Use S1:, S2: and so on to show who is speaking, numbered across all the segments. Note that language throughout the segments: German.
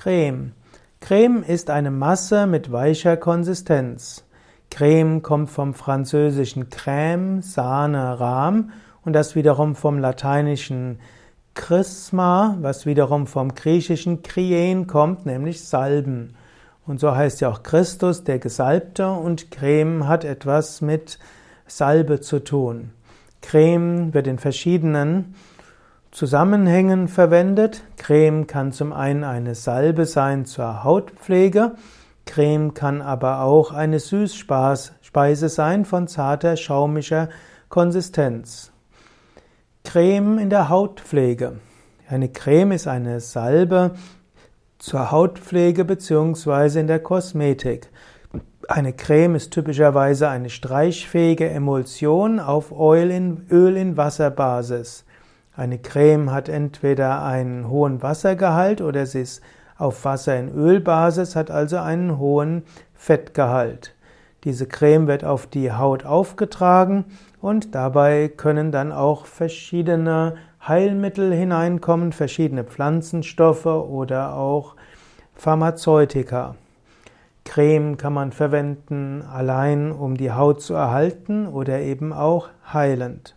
S1: Creme. Creme ist eine Masse mit weicher Konsistenz. Creme kommt vom französischen crème, Sahne, Rahm und das wiederum vom lateinischen Chrisma, was wiederum vom griechischen Krien kommt, nämlich Salben. Und so heißt ja auch Christus, der Gesalbte, und Creme hat etwas mit Salbe zu tun. Creme wird in verschiedenen Zusammenhängen verwendet. Creme kann zum einen eine Salbe sein zur Hautpflege. Creme kann aber auch eine Süßspeise sein von zarter, schaumiger Konsistenz. Creme in der Hautpflege. Eine Creme ist eine Salbe zur Hautpflege bzw. in der Kosmetik. Eine Creme ist typischerweise eine streichfähige Emulsion auf Öl in Wasserbasis. Eine Creme hat entweder einen hohen Wassergehalt oder sie ist auf Wasser in Ölbasis, hat also einen hohen Fettgehalt. Diese Creme wird auf die Haut aufgetragen und dabei können dann auch verschiedene Heilmittel hineinkommen, verschiedene Pflanzenstoffe oder auch Pharmazeutika. Creme kann man verwenden allein, um die Haut zu erhalten oder eben auch heilend.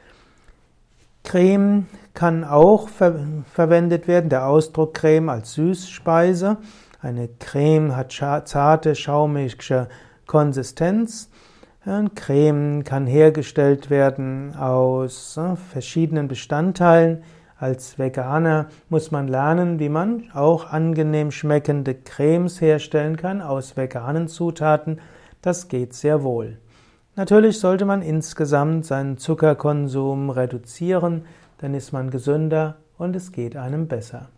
S1: Creme kann auch verwendet werden, der Ausdruck Creme als Süßspeise. Eine Creme hat zarte, schaumige Konsistenz. Creme kann hergestellt werden aus verschiedenen Bestandteilen. Als Veganer muss man lernen, wie man auch angenehm schmeckende Cremes herstellen kann aus veganen Zutaten. Das geht sehr wohl. Natürlich sollte man insgesamt seinen Zuckerkonsum reduzieren, dann ist man gesünder und es geht einem besser.